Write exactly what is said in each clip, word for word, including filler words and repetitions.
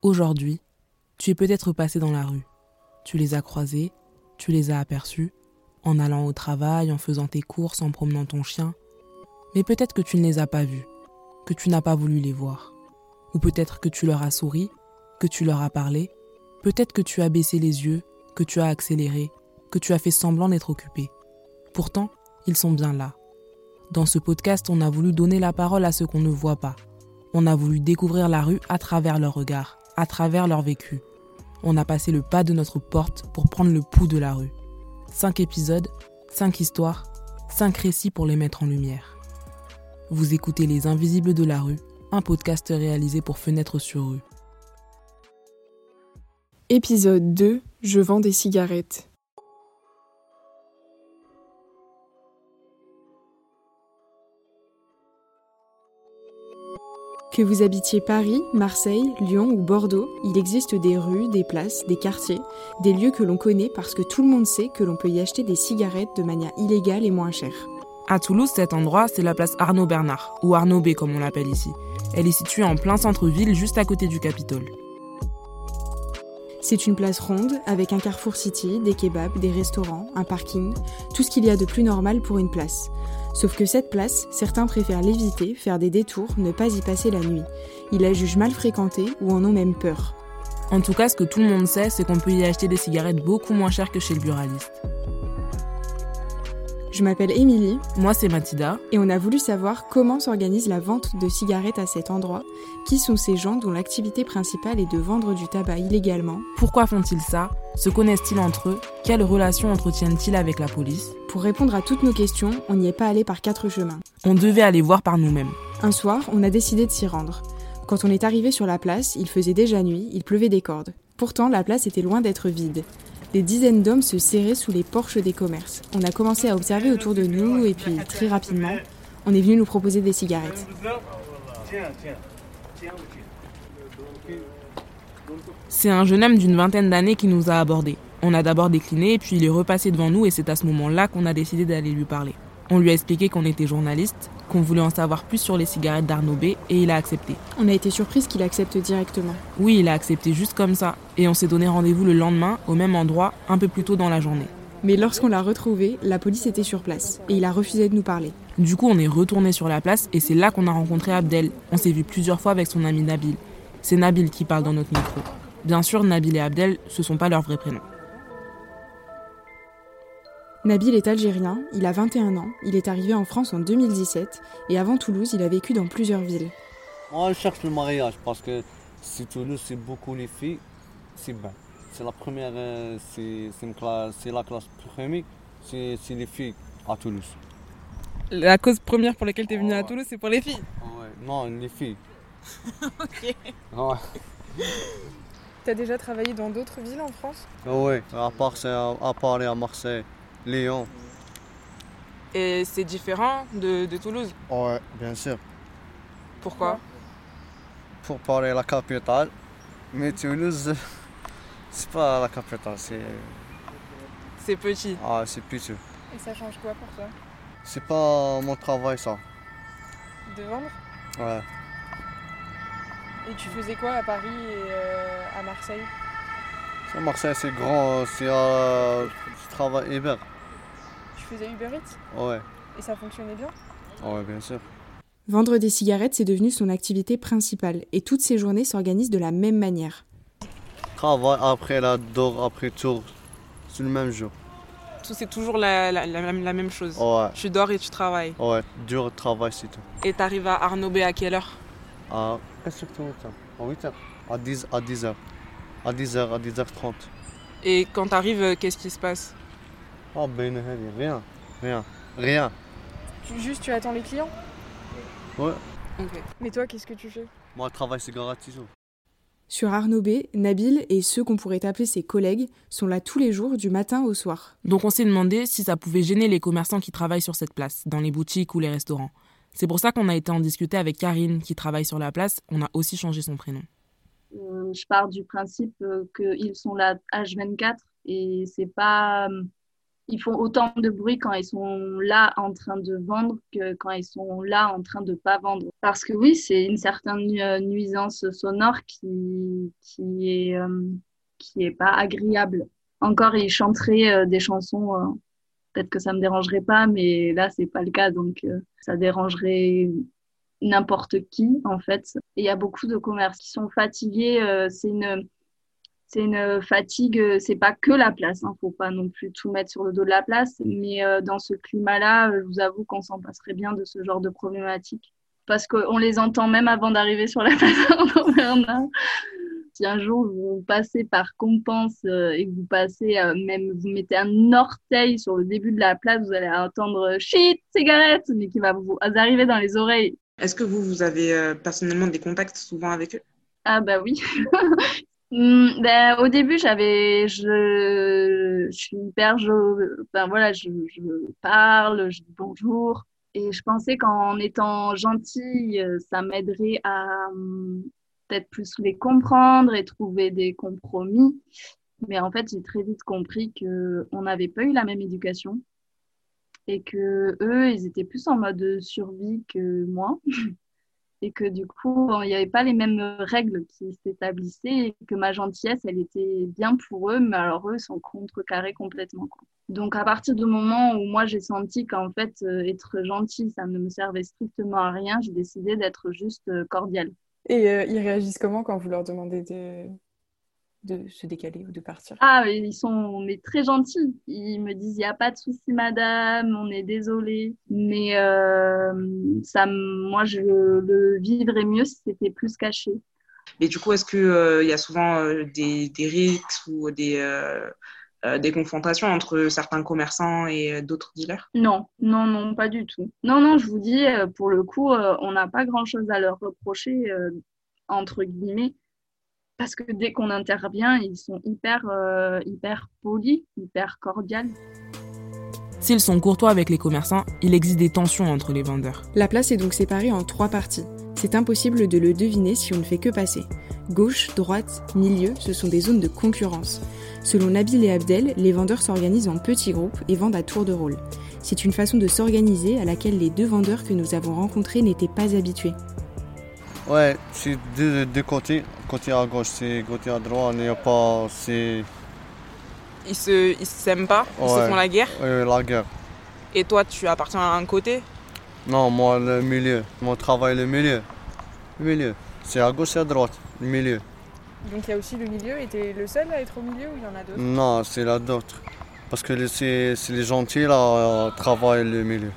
Aujourd'hui, tu es peut-être passé dans la rue. Tu les as croisés, tu les as aperçus, en allant au travail, en faisant tes courses, en promenant ton chien. Mais peut-être que tu ne les as pas vus, que tu n'as pas voulu les voir. Ou peut-être que tu leur as souri, que tu leur as parlé. Peut-être que tu as baissé les yeux, que tu as accéléré, que tu as fait semblant d'être occupé. Pourtant, ils sont bien là. Dans ce podcast, on a voulu donner la parole à ceux qu'on ne voit pas. On a voulu découvrir la rue à travers leurs regards, à travers leur vécu. On a passé le pas de notre porte pour prendre le pouls de la rue. Cinq épisodes, cinq histoires, cinq récits pour les mettre en lumière. Vous écoutez Les Invisibles de la rue, un podcast réalisé pour Fenêtre sur rue. Épisode deux, je vends des cigarettes. Que vous habitiez Paris, Marseille, Lyon ou Bordeaux, il existe des rues, des places, des quartiers, des lieux que l'on connaît parce que tout le monde sait que l'on peut y acheter des cigarettes de manière illégale et moins chère. À Toulouse, cet endroit, c'est la place Arnaud Bernard, ou Arnaud B comme on l'appelle ici. Elle est située en plein centre-ville, juste à côté du Capitole. C'est une place ronde, avec un Carrefour City, des kebabs, des restaurants, un parking, tout ce qu'il y a de plus normal pour une place. Sauf que cette place, certains préfèrent l'éviter, faire des détours, ne pas y passer la nuit. Ils la jugent mal fréquentée ou en ont même peur. En tout cas, ce que tout le monde sait, c'est qu'on peut y acheter des cigarettes beaucoup moins chères que chez le buraliste. Je m'appelle Émilie. Moi, c'est Mathilda. Et on a voulu savoir comment s'organise la vente de cigarettes à cet endroit. Qui sont ces gens dont l'activité principale est de vendre du tabac illégalement? Pourquoi font-ils ça? Se connaissent-ils entre eux? Quelles relations entretiennent-ils avec la police? Pour répondre à toutes nos questions, on n'y est pas allé par quatre chemins. On devait aller voir par nous-mêmes. Un soir, on a décidé de s'y rendre. Quand on est arrivé sur la place, il faisait déjà nuit, il pleuvait des cordes. Pourtant, la place était loin d'être vide. Des dizaines d'hommes se serraient sous les porches des commerces. On a commencé à observer autour de nous et puis, très rapidement, on est venu nous proposer des cigarettes. C'est un jeune homme d'une vingtaine d'années qui nous a abordés. On a d'abord décliné, puis il est repassé devant nous et c'est à ce moment-là qu'on a décidé d'aller lui parler. On lui a expliqué qu'on était journaliste, qu'on voulait en savoir plus sur les cigarettes d'Arnaud B et il a accepté. On a été surprise qu'il accepte directement. Oui, il a accepté juste comme ça. Et on s'est donné rendez-vous le lendemain, au même endroit, un peu plus tôt dans la journée. Mais lorsqu'on l'a retrouvé, la police était sur place et il a refusé de nous parler. Du coup, on est retourné sur la place et c'est là qu'on a rencontré Abdel. On s'est vu plusieurs fois avec son ami Nabil. C'est Nabil qui parle dans notre micro. Bien sûr, Nabil et Abdel, ce sont pas leurs vrais prénoms. Nabil est algérien, il a vingt et un ans, il est arrivé en France en deux mille dix-sept et avant Toulouse, il a vécu dans plusieurs villes. Moi, je cherche le mariage parce que si Toulouse, c'est beaucoup les filles, c'est bien. C'est la première, euh, c'est, c'est, une classe, c'est la classe première, c'est, c'est les filles à Toulouse. La cause première pour laquelle tu es venu à Toulouse, c'est pour les filles? Ouais, non, les filles. Ok. Ouais. T'as déjà travaillé dans d'autres villes en France? Ouais, à part, c'est à, à Paris, à Marseille, Lyon. Et c'est différent de, de Toulouse? Ouais, bien sûr. Pourquoi? Pour parler la capitale, mais Toulouse, c'est pas la capitale, c'est, C'est petit. ah, c'est petit. Et ça change quoi pour toi? C'est pas mon travail, ça. De vendre? Ouais. Et tu faisais quoi à Paris et euh, à Marseille? À Marseille, c'est grand, c'est euh, je travaille Uber. Tu faisais Uber Eats? Ouais, Et ça fonctionnait bien? ouais, bien sûr. Vendre des cigarettes, c'est devenu son activité principale et toutes ses journées s'organisent de la même manière. Travail, après la dort, après tour, c'est le même jour. Tout, c'est toujours la, la, la, même- la même chose. Ouais, Tu dors et tu travailles. ouais, dur travail, c'est tout. Et t'arrives à Arnaud B à quelle heure? À, qu'est-ce que tu veux, à huit heures, à dix, à dix heures, à dix heures, à dix heures trente. Et quand t'arrives, euh, qu'est-ce qui se passe? Ah ben rien, rien, rien. Tu, juste tu attends les clients? Ouais, Ok. Mais toi, qu'est-ce que tu fais? moi le travail c'est gratuit. Sur Arnaud B, Nabil et ceux qu'on pourrait appeler ses collègues sont là tous les jours du matin au soir. Donc on s'est demandé si ça pouvait gêner les commerçants qui travaillent sur cette place, dans les boutiques ou les restaurants. C'est pour ça qu'on a été en discuter avec Karine, qui travaille sur la place. On a aussi changé son prénom. Euh, je pars du principe euh, qu'ils sont là H vingt-quatre et c'est pas, ils font autant de bruit quand ils sont là en train de vendre que quand ils sont là en train de pas vendre. Parce que oui, c'est une certaine nu- nuisance sonore qui, qui est, euh, qui est pas agréable. Encore, ils chanteraient euh, des chansons, euh, peut-être que ça me dérangerait pas, mais là, c'est pas le cas, donc euh, ça dérangerait n'importe qui, en fait. Et il y a beaucoup de commerces qui sont fatigués. euh, c'est une, c'est une fatigue, euh, c'est pas que la place, hein, faut pas non plus tout mettre sur le dos de la place, mais euh, dans ce climat-là, euh, je vous avoue qu'on s'en passerait bien de ce genre de problématique. Parce qu'on les entend même avant d'arriver sur la place d'Auvergnat. Si un jour vous passez par Compense euh, et que vous passez, euh, même vous mettez un orteil sur le début de la place, vous allez entendre shit, cigarette, mais qui va vous arriver dans les oreilles. Est-ce que vous, vous avez euh, personnellement des contacts souvent avec eux? Ah bah oui. Hmm, ben, au début, j'avais, je, je suis hyper, jo- ben voilà, je, je parle, je dis bonjour, et je pensais qu'en étant gentille, euh, ça m'aiderait à hum, peut-être plus les comprendre et trouver des compromis. Mais en fait, j'ai très vite compris que on n'avait pas eu la même éducation et que eux, ils étaient plus en mode survie que moi et que du coup, il n'y avait pas les mêmes règles qui s'établissaient et que ma gentillesse, elle était bien pour eux, mais alors eux sont contrecarrés complètement, quoi. Donc à partir du moment où moi j'ai senti qu'en fait euh, être gentil, ça ne me servait strictement à rien, j'ai décidé d'être juste euh, cordiale. Et euh, ils réagissent comment quand vous leur demandez de, de se décaler ou de partir? Ah, mais ils sont mais très gentils. Ils me disent, il n'y a pas de souci, madame, on est désolé. Mais euh, ça, m- moi, je le vivrais mieux si c'était plus caché. Et du coup, est-ce qu'il euh, y a souvent euh, des, des rixes ou des, euh, euh, des confrontations entre certains commerçants et euh, d'autres dealers? Non, non, non, pas du tout. Non, non, je vous dis, euh, pour le coup, euh, on n'a pas grand-chose à leur reprocher, euh, entre guillemets, parce que dès qu'on intervient, ils sont hyper, euh, hyper polis, hyper cordiales. S'ils sont courtois avec les commerçants, il existe des tensions entre les vendeurs. La place est donc séparée en trois parties. C'est impossible de le deviner si on ne fait que passer. Gauche, droite, milieu, ce sont des zones de concurrence. Selon Nabil et Abdel, les vendeurs s'organisent en petits groupes et vendent à tour de rôle. C'est une façon de s'organiser à laquelle les deux vendeurs que nous avons rencontrés n'étaient pas habitués. Ouais, c'est deux, deux côtés. Côté à gauche, c'est côté à droite. Il n'y a pas. C'est. Ils se, ils s'aiment pas, ils se Ouais. font la guerre. euh, la guerre. Et toi, tu appartiens à un côté. Non, moi, le milieu. Mon travail, le milieu. Le milieu. C'est à gauche et à droite. Le milieu. Donc il y a aussi le milieu, et t'es le seul à être au milieu ou il y en a d'autres? Non, c'est là d'autres. Parce que les- c'est c'est les gentils, là, euh, travaillent le milieu.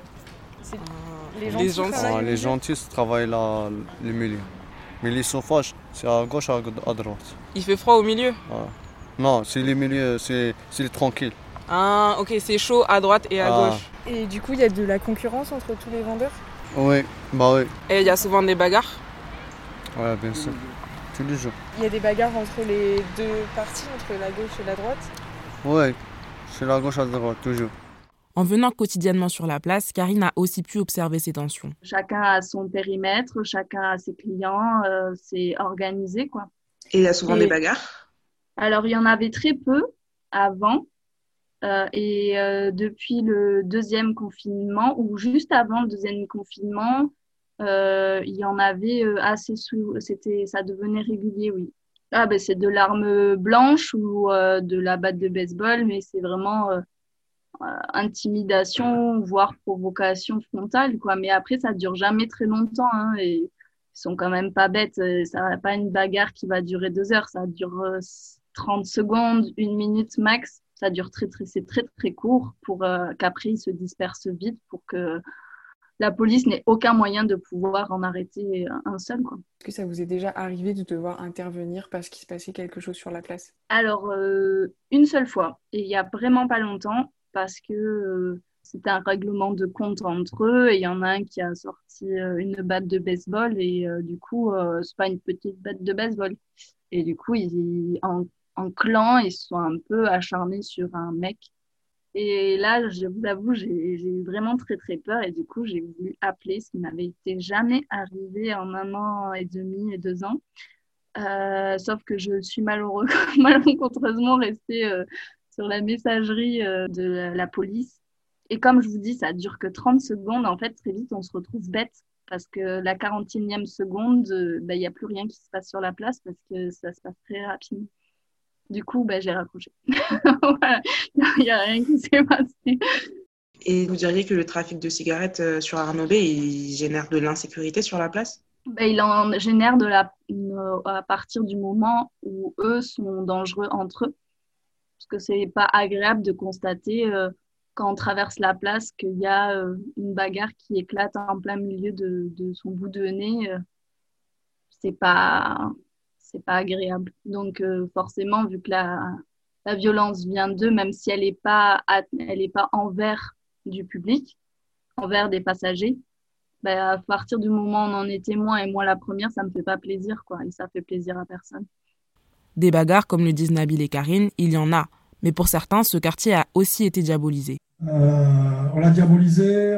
Les Les gentils Ah, les gentils travaillent là, le milieu. Mais les sauvages, c'est à gauche et à à droite. Il fait froid au milieu. Ah. Non, c'est les milieux, c'est c'est les tranquilles. Ah, ok, c'est chaud à droite et à Ah. gauche. Et du coup, il y a de la concurrence entre tous les vendeurs? Oui, bah oui. Et il y a souvent des bagarres. Ouais, bien sûr. Tous les jours. Il y a des bagarres entre les deux parties, entre la gauche et la droite? Oui, c'est la gauche à droite, toujours. En venant quotidiennement sur la place, Karine a aussi pu observer ces tensions. Chacun a son périmètre, chacun a ses clients, euh, c'est organisé, quoi. Et il y a souvent Et- des bagarres? Alors, il y en avait très peu avant. euh, et euh, depuis le deuxième confinement, ou juste avant le deuxième confinement, euh, il y en avait euh, assez sous. C'était, ça devenait régulier, oui. Ah, ben, c'est de l'arme blanche ou euh, de la batte de baseball, mais c'est vraiment euh, euh, intimidation, voire provocation frontale, quoi. Mais après, ça dure jamais très longtemps, hein, et ils sont quand même pas bêtes. euh, Ça va pas une bagarre qui va durer deux heures, ça dure euh, trente secondes, une minute max. Ça dure très, très, c'est très, très court pour euh, qu'après ils se dispersent vite pour que la police n'ait aucun moyen de pouvoir en arrêter un seul, quoi. Est-ce que ça vous est déjà arrivé de devoir intervenir parce qu'il se passait quelque chose sur la place? Alors, euh, une seule fois, et il y a vraiment pas longtemps, parce que euh, c'était un règlement de compte entre eux, et il y en a un qui a sorti euh, une batte de baseball, et euh, du coup, euh, c'est pas une petite batte de baseball. Et du coup, ils, en, en clan, ils se sont un peu acharnés sur un mec. Et là, je vous avoue, j'ai j'ai eu vraiment très très peur, et du coup, j'ai voulu appeler, ce qui m'avait été jamais arrivé en un an et demi et deux ans. Euh, sauf que je suis malheureux, malencontreusement restée euh, sur la messagerie euh, de la, la police. Et comme je vous dis, ça dure que trente secondes. En fait, très vite, on se retrouve bête parce que la quarante et unième seconde, il euh, n'y a plus rien qui se passe sur la place parce que ça se passe très rapidement. Du coup, bah, j'ai raccroché. Voilà. Il n'y a rien qui s'est passé. Et vous diriez que le trafic de cigarettes euh, sur Arnaud Bay, il génère de l'insécurité sur la place? Bah, il en génère de la, euh, à partir du moment où eux sont dangereux entre eux. Parce que c'est pas agréable de constater euh, quand on traverse la place qu'il y a euh, une bagarre qui éclate en plein milieu de, de son bout de nez. Euh, c'est pas, c'est pas agréable. Donc euh, forcément, vu que la, la violence vient d'eux, même si elle n'est pas, elle est pas envers du public, envers des passagers, bah, à partir du moment où on en est témoin, et moi la première, ça me fait pas plaisir, quoi, et ça fait plaisir à personne. Des bagarres, comme le disent Nabil et Karine, il y en a. Mais pour certains, ce quartier a aussi été diabolisé. Euh, on l'a diabolisé,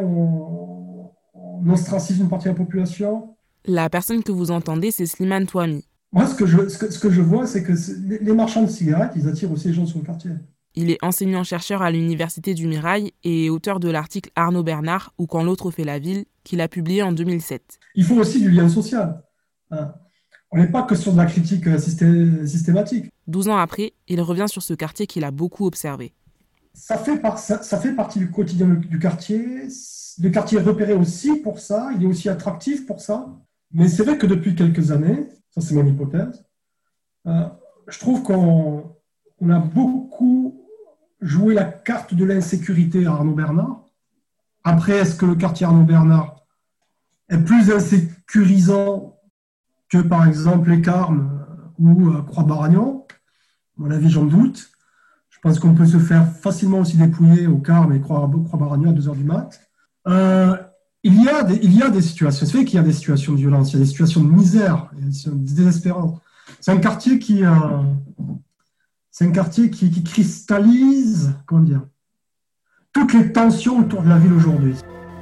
on, on ostracise une partie de la population. La personne que vous entendez, c'est Slimane Touami. Moi, ce que je, ce que, ce que je vois, c'est que les, les marchands de cigarettes, ils attirent aussi les gens sur le quartier. Il est enseignant-chercheur à l'Université du Mirail et auteur de l'article Arnaud Bernard, ou Quand l'autre fait la ville, qu'il a publié en deux mille sept. Il faut aussi du lien social. Hein. On n'est pas que sur de la critique systé- systématique. Douze ans après, il revient sur ce quartier qu'il a beaucoup observé. Ça fait, par, ça, ça fait partie du quotidien du quartier. Le quartier est repéré aussi pour ça. Il est aussi attractif pour ça. Mais c'est vrai que depuis quelques années, ça c'est mon hypothèse, euh, je trouve qu'on on a beaucoup joué la carte de l'insécurité à Arnaud Bernard. Après, est-ce que le quartier Arnaud Bernard est plus insécurisant que par exemple les Carmes ou euh, Croix-Baragnon? À mon avis, j'en doute. Je pense qu'on peut se faire facilement aussi dépouiller au Carmes et Croix-Baragnon à deux heures du mat. Euh, il, y a des, il y a des situations, c'est vrai qu'il y a des situations de violence, il y a des situations de misère, il y a des situations de désespérance. C'est un quartier qui, euh, c'est un quartier qui, qui cristallise, comment dire, toutes les tensions autour de la ville aujourd'hui.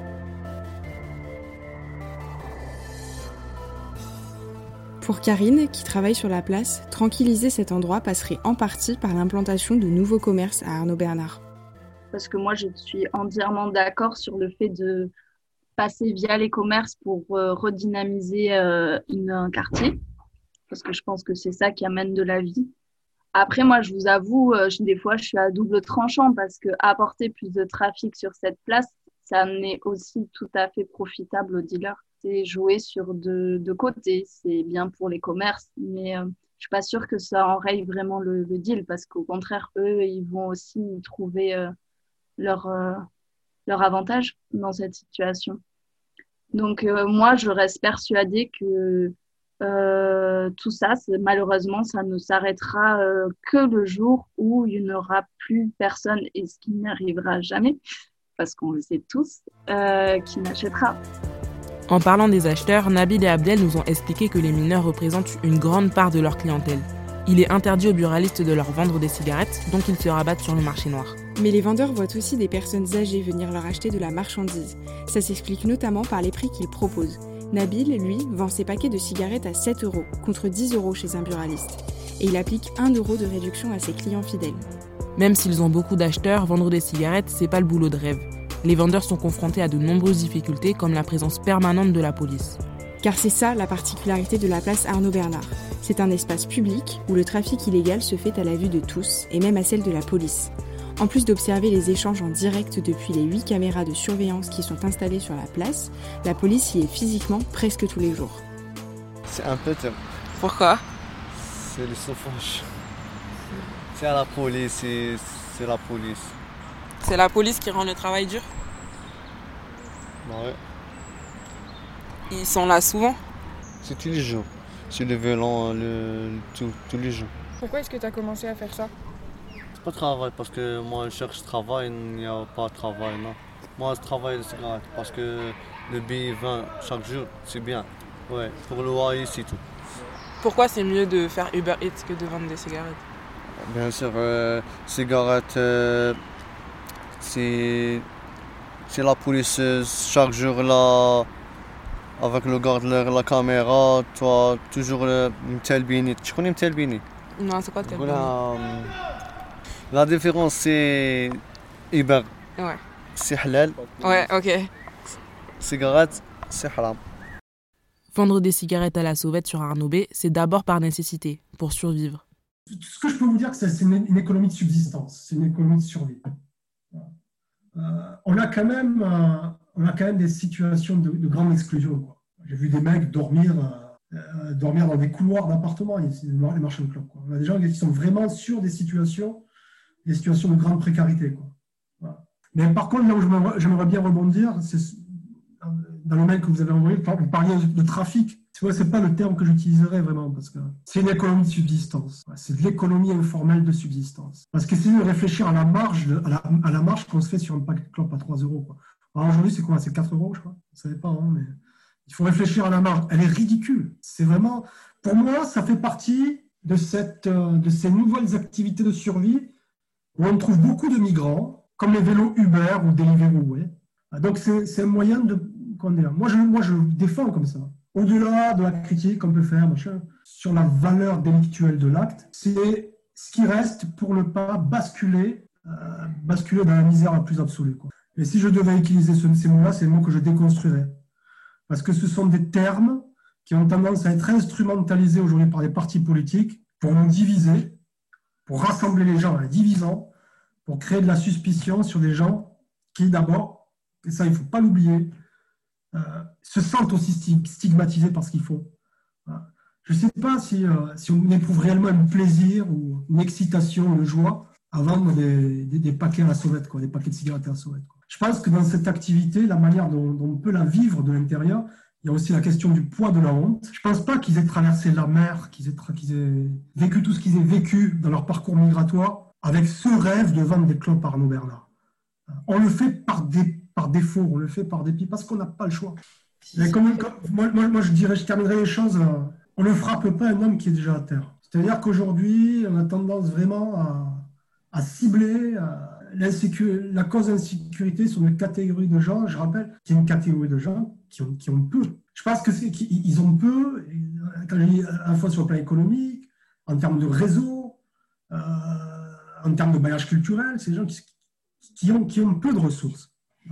Pour Karine, qui travaille sur la place, tranquilliser cet endroit passerait en partie par l'implantation de nouveaux commerces à Arnaud Bernard. Parce que moi, je suis entièrement d'accord sur le fait de passer via les commerces pour euh, redynamiser euh, une, un quartier. Parce que je pense que c'est ça qui amène de la vie. Après, moi, je vous avoue, euh, je, des fois, je suis à double tranchant parce que apporter plus de trafic sur cette place, ça n'est aussi tout à fait profitable aux dealers. C'est jouer sur deux, deux côtés. C'est bien pour les commerces, mais euh, je suis pas sûre que ça enraye vraiment le, le deal parce qu'au contraire, eux, ils vont aussi trouver euh, leur, euh, leur avantage dans cette situation. Donc, euh, moi, je reste persuadée que euh, tout ça, c'est, malheureusement, ça ne s'arrêtera euh, que le jour où il n'y aura plus personne, et ce qui n'arrivera jamais, parce qu'on le sait tous, euh, qui n'achètera. En parlant des acheteurs, Nabil et Abdel nous ont expliqué que les mineurs représentent une grande part de leur clientèle. Il est interdit aux buralistes de leur vendre des cigarettes, donc ils se rabattent sur le marché noir. Mais les vendeurs voient aussi des personnes âgées venir leur acheter de la marchandise. Ça s'explique notamment par les prix qu'ils proposent. Nabil, lui, vend ses paquets de cigarettes à sept euros, contre dix euros chez un buraliste. Et il applique un euro de réduction à ses clients fidèles. Même s'ils ont beaucoup d'acheteurs, vendre des cigarettes, c'est pas le boulot de rêve. Les vendeurs sont confrontés à de nombreuses difficultés, comme la présence permanente de la police. Car c'est ça la particularité de la place Arnaud Bernard. C'est un espace public où le trafic illégal se fait à la vue de tous, et même à celle de la police. En plus d'observer les échanges en direct depuis les huit caméras de surveillance qui sont installées sur la place, la police y est physiquement presque tous les jours. C'est un peu dur. Pourquoi? C'est le chauffage. C'est à la police, c'est, c'est la police. C'est la police qui rend le travail dur? Ouais. Ils sont là souvent? C'est tous les jours. C'est le violon, le, tout, tous les jours. Pourquoi est-ce que tu as commencé à faire ça? C'est pas de travail parce que moi je cherche travail, il n'y a pas de travail, non. Moi je travaille les cigarettes parce que le billet vingt chaque jour, c'est bien. Ouais, pour le loyer, c'est tout. Pourquoi c'est mieux de faire Uber Eats que de vendre des cigarettes? Bien sûr, euh, cigarettes, euh, c'est, c'est la police euh, chaque jour là, avec le garde, la, la caméra, toi, toujours euh, Mtelbini. Tu connais Mtelbini? Non, c'est quoi tel? La différence, c'est Uber, Ouais. c'est halal. Ouais, ok. Cigarette, c'est haram. Vendre des cigarettes à la sauvette sur Arnaud B, c'est d'abord par nécessité, pour survivre. Ce que je peux vous dire, c'est que c'est une, une économie de subsistance, c'est une économie de survie. Euh, on, a quand même, euh, on a quand même des situations de, de grande exclusion, quoi. J'ai vu des mecs dormir, euh, euh, dormir dans des couloirs d'appartements, les marchands de clopes, quoi. On a des gens qui sont vraiment sur des situations, des situations de grande précarité, quoi. Voilà. Mais par contre, là où j'aimerais bien rebondir, c'est dans le mail que vous avez envoyé, vous parliez de trafic. Tu vois, c'est pas le terme que j'utiliserais vraiment, parce que c'est une économie de subsistance. C'est de l'économie informelle de subsistance. Parce que c'est de réfléchir à la marge, de, à, la, à la marge qu'on se fait sur un paquet de clopes à trois euros. Quoi. Alors aujourd'hui, c'est quoi? C'est quatre euros, je crois. Vous savez pas, hein, mais il faut réfléchir à la marge. Elle est ridicule. C'est vraiment, pour moi, ça fait partie de, cette, de ces nouvelles activités de survie où on trouve beaucoup de migrants, comme les vélos Uber ou Deliveroo. Ouais. Donc, c'est, c'est un moyen de, comment dire, moi je, moi, je défends comme ça. Au-delà de la critique qu'on peut faire machin, sur la valeur délictuelle de l'acte, c'est ce qui reste pour ne pas basculer, euh, basculer dans la misère la plus absolue, quoi. Et si je devais utiliser ce, ces mots-là, c'est les mots que je déconstruirais. Parce que ce sont des termes qui ont tendance à être instrumentalisés aujourd'hui par les partis politiques pour nous diviser, pour rassembler les gens en les divisant, pour créer de la suspicion sur des gens qui, d'abord, et ça il ne faut pas l'oublier, Euh, se sentent aussi stigmatisés par ce qu'ils font. Voilà. Je ne sais pas si, euh, si on éprouve réellement un plaisir ou une excitation, une joie à vendre des, des, des paquets à la sauvette, quoi, des paquets de cigarettes à la sauvette, quoi. Je pense que dans cette activité, la manière dont, dont on peut la vivre de l'intérieur, il y a aussi la question du poids de la honte. Je ne pense pas qu'ils aient traversé la mer, qu'ils aient, tra- qu'ils aient vécu tout ce qu'ils aient vécu dans leur parcours migratoire avec ce rêve de vendre des clopes à Arnaud Bernard. On le fait par des par défaut, on le fait par dépit, parce qu'on n'a pas le choix. Mais comme, comme, moi, moi, moi, je dirais, je terminerai les choses, euh, on ne frappe pas un homme qui est déjà à terre. C'est-à-dire qu'aujourd'hui, on a tendance vraiment à, à cibler à la cause d'insécurité sur une catégorie de gens. Je rappelle qu'il y a une catégorie de gens qui ont, qui ont peu. Je pense que c'est, qu'ils ont peu, quand je dis à la fois sur le plan économique, en termes de réseau, euh, en termes de maillage culturel, c'est des gens qui, qui, ont, qui ont peu de ressources,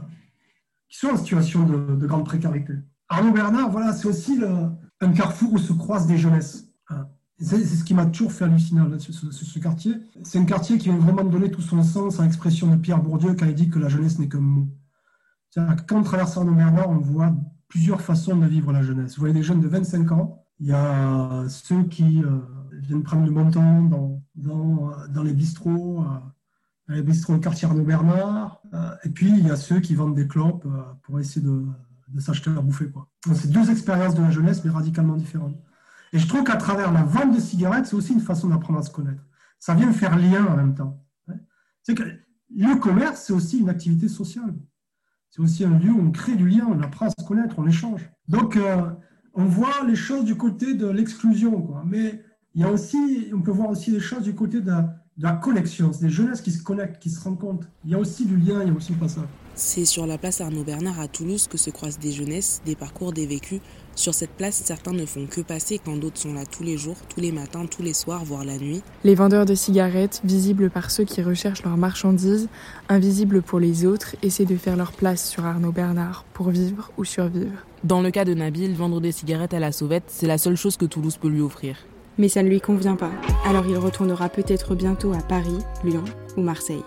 qui sont en situation de, de grande précarité. Arnaud Bernard, voilà, c'est aussi le, un carrefour où se croisent des jeunesses. C'est, c'est ce qui m'a toujours fait halluciner, là, ce, ce, ce quartier. C'est un quartier qui vient vraiment donner tout son sens à l'expression de Pierre Bourdieu quand il dit que la jeunesse n'est qu'un mot. C'est-à-dire que quand on traverse Arnaud Bernard, on voit plusieurs façons de vivre la jeunesse. Vous voyez des jeunes de vingt-cinq ans, il y a ceux qui euh, viennent prendre du bon temps dans, dans, dans les bistrots, euh, les bistrots au quartier Arnaud Bernard, euh, et puis il y a ceux qui vendent des clopes euh, pour essayer de, de s'acheter à bouffer, quoi. Donc, c'est deux expériences de la jeunesse, mais radicalement différentes. Et je trouve qu'à travers la vente de cigarettes, c'est aussi une façon d'apprendre à se connaître. Ça vient faire lien en même temps. C'est que le commerce, c'est aussi une activité sociale. C'est aussi un lieu où on crée du lien, on apprend à se connaître, on échange. Donc, euh, on voit les choses du côté de l'exclusion, quoi. Mais il y a aussi, on peut voir aussi les choses du côté de la, de la connexion. C'est des jeunesses qui se connectent, qui se rencontrent. Il y a aussi du lien, il y a aussi pas ça. C'est sur la place Arnaud Bernard à Toulouse que se croisent des jeunesses, des parcours, des vécus. Sur cette place, certains ne font que passer quand d'autres sont là tous les jours, tous les matins, tous les soirs, voire la nuit. Les vendeurs de cigarettes, visibles par ceux qui recherchent leurs marchandises, invisibles pour les autres, essaient de faire leur place sur Arnaud Bernard pour vivre ou survivre. Dans le cas de Nabil, vendre des cigarettes à la sauvette, c'est la seule chose que Toulouse peut lui offrir. Mais ça ne lui convient pas. Alors il retournera peut-être bientôt à Paris, Lyon ou Marseille.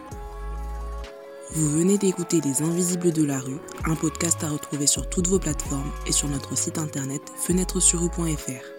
Vous venez d'écouter Les Invisibles de la rue, un podcast à retrouver sur toutes vos plateformes et sur notre site internet fenêtre sur rue point f r.